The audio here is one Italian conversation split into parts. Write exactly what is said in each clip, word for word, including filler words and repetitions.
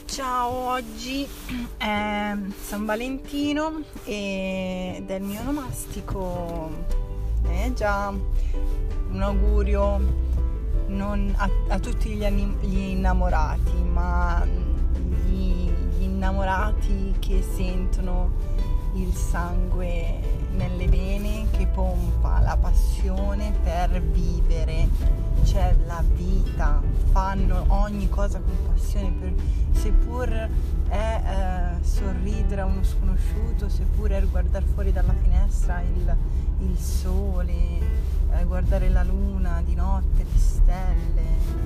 Ciao, oggi è San Valentino ed è il mio onomastico. È già un augurio non a, a tutti gli, anim, gli innamorati, ma gli, gli innamorati che sentono il sangue nelle vene, che pompa la passione per vivere. C'è la vita, fanno ogni cosa con passione, per, seppur è eh, sorridere a uno sconosciuto, seppur è guardare fuori dalla finestra il, il sole, eh, guardare la luna di notte, le stelle,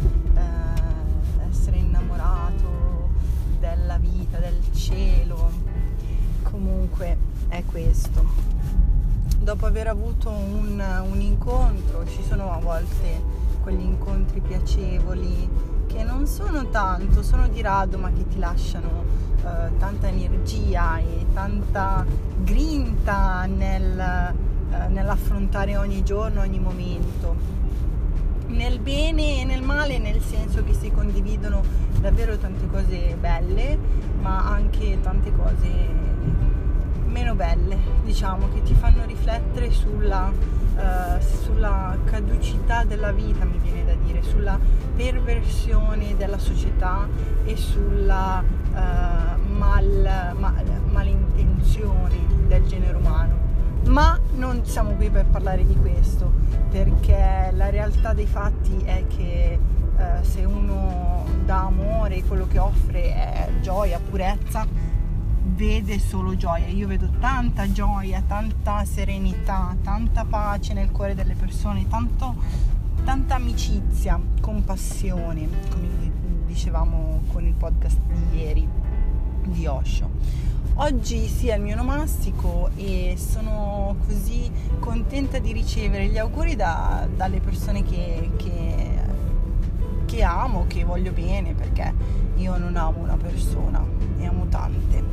eh, essere innamorato della vita, del cielo. Comunque è questo. Dopo aver avuto un, un incontro, ci sono a volte quegli incontri piacevoli che non sono tanto, sono di rado, ma che ti lasciano eh, tanta energia e tanta grinta nel, eh, nell'affrontare ogni giorno, ogni momento, nel bene e nel male, nel senso che si condividono davvero tante cose belle, ma anche tante cose meno belle, diciamo, che ti fanno riflettere sulla, uh, sulla caducità della vita, mi viene da dire, sulla perversione della società e sulla uh, mal, mal, malintenzione del genere umano. Ma non siamo qui per parlare di questo, perché la realtà dei fatti è che uh, se uno dà amore, quello che offre è gioia, purezza, vede solo gioia. Io vedo tanta gioia, tanta serenità, tanta pace nel cuore delle persone, tanto, tanta amicizia, compassione, come dicevamo con il podcast di ieri di Osho. Oggi sì, è il mio onomastico e sono così contenta di ricevere gli auguri da, dalle persone che, che, che amo, che voglio bene, perché io non amo una persona, ne amo tante.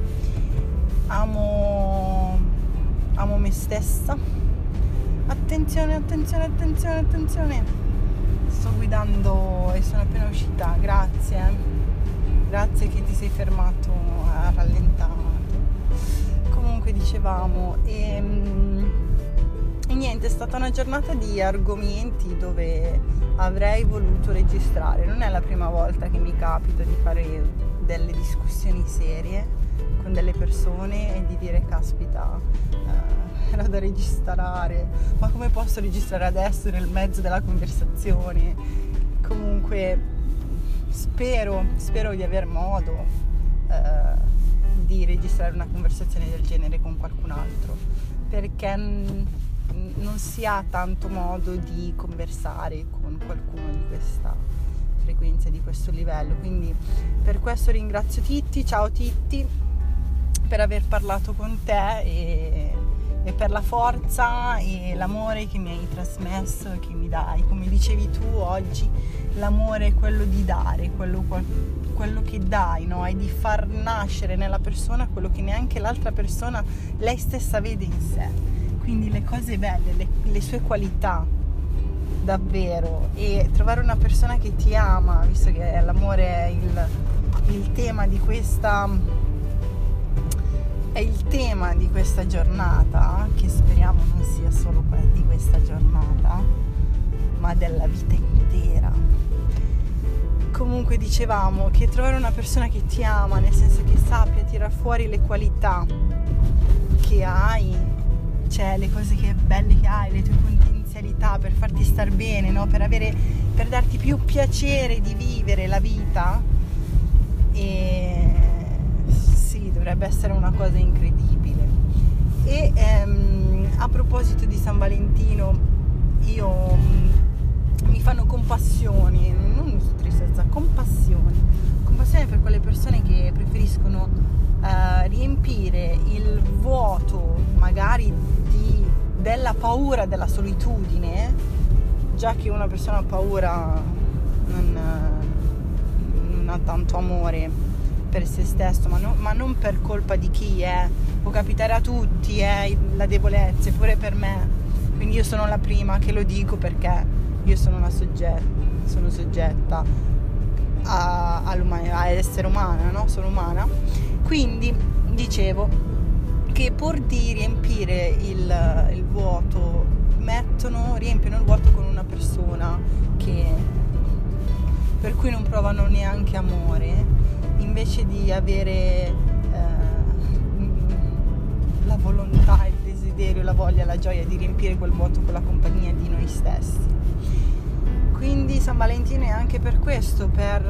Amo, amo me stessa. Attenzione, attenzione, attenzione, attenzione. Sto guidando e sono appena uscita. Grazie. Grazie che ti sei fermato a rallentare. Comunque dicevamo, e, e niente, è stata una giornata di argomenti dove avrei voluto registrare. Non è la prima volta che mi capita di fare delle discussioni serie con delle persone e di dire caspita, eh, era da registrare, ma come posso registrare adesso nel mezzo della conversazione? Comunque spero spero di aver modo eh, di registrare una conversazione del genere con qualcun altro, perché n- non si ha tanto modo di conversare con qualcuno di questa frequenza, di questo livello. Quindi per questo ringrazio Titti. Ciao Titti, per aver parlato con te e, e per la forza e l'amore che mi hai trasmesso e che mi dai. Come dicevi tu oggi, l'amore è quello di dare, quello, quello che dai, no? È di far nascere nella persona quello che neanche l'altra persona, lei stessa, vede in sé. Quindi le cose belle, le, le sue qualità, davvero. E trovare una persona che ti ama, visto che l'amore è il, il tema di questa... è il tema di questa giornata, che speriamo non sia solo di questa giornata, ma della vita intera. Comunque dicevamo che trovare una persona che ti ama, nel senso che sappia tirar fuori le qualità che hai, cioè le cose che belle che hai, le tue potenzialità per farti star bene, no? Per avere, per darti più piacere di vivere la vita, e dovrebbe essere una cosa incredibile. E ehm, a proposito di San Valentino, io mh, mi fanno compassione, non tristezza, compassione compassione per quelle persone che preferiscono eh, riempire il vuoto magari di, della paura della solitudine, già che una persona ha paura non, non ha tanto amore per se stesso, ma, no, ma non per colpa di chi è, può capitare a tutti, eh, la debolezza, pure per me. Quindi io sono la prima che lo dico, perché io sono una soggetta, sono soggetta a, all'essere umana, no? Sono umana. Quindi dicevo che pur di riempire il, il vuoto mettono, riempiono il vuoto con una persona che, per cui non provano neanche amore, invece di avere eh, la volontà, il desiderio, la voglia, la gioia di riempire quel vuoto con la compagnia di noi stessi. Quindi San Valentino è anche per questo, per,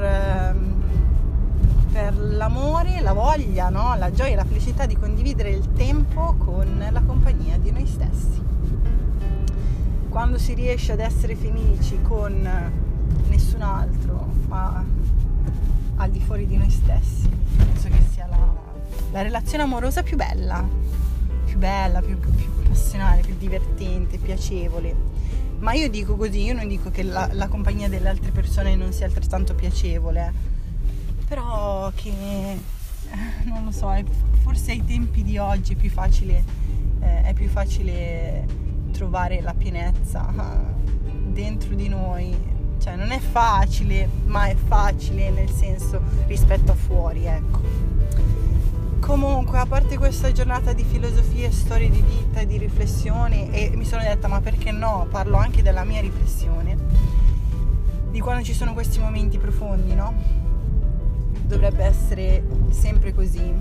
per l'amore, la voglia, no? La gioia e la felicità di condividere il tempo con la compagnia di noi stessi. Quando si riesce ad essere felici con nessun altro, ma al di fuori di noi stessi, penso che sia la, la relazione amorosa più bella, più bella, più, più passionale, più divertente, piacevole. Ma io dico così, io non dico che la, la compagnia delle altre persone non sia altrettanto piacevole, però che, non lo so, è, forse ai tempi di oggi è più facile, eh, è più facile trovare la pienezza dentro di noi. Cioè non è facile, ma è facile nel senso rispetto a fuori, ecco. Comunque, a parte questa giornata di filosofia, storie di vita, di riflessione, e mi sono detta, ma perché no, parlo anche della mia riflessione, di quando ci sono questi momenti profondi, no? Dovrebbe essere sempre così.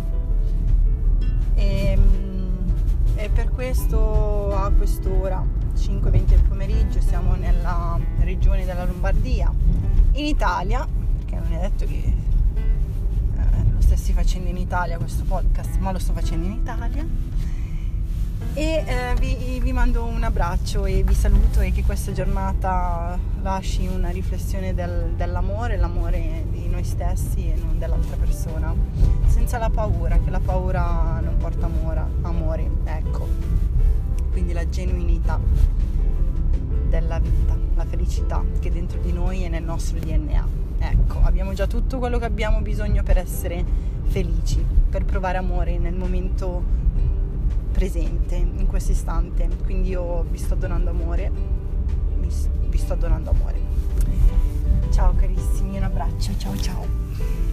E, e per questo a quest'ora, cinque e venti del pomeriggio, siamo nella regione della Lombardia, in Italia, perché non è detto che eh, lo stessi facendo in Italia questo podcast, ma lo sto facendo in Italia, e eh, vi, vi mando un abbraccio e vi saluto, e che questa giornata lasci una riflessione del, dell'amore, l'amore di noi stessi e non dell'altra persona, senza la paura, che la paura non porta amore, amore, ecco. Quindi la genuinità della vita, la felicità che dentro di noi è nel nostro D N A. Ecco, abbiamo già tutto quello che abbiamo bisogno per essere felici, per provare amore nel momento presente, in questo istante. Quindi io vi sto donando amore, vi sto donando amore. Ciao carissimi, un abbraccio, ciao ciao.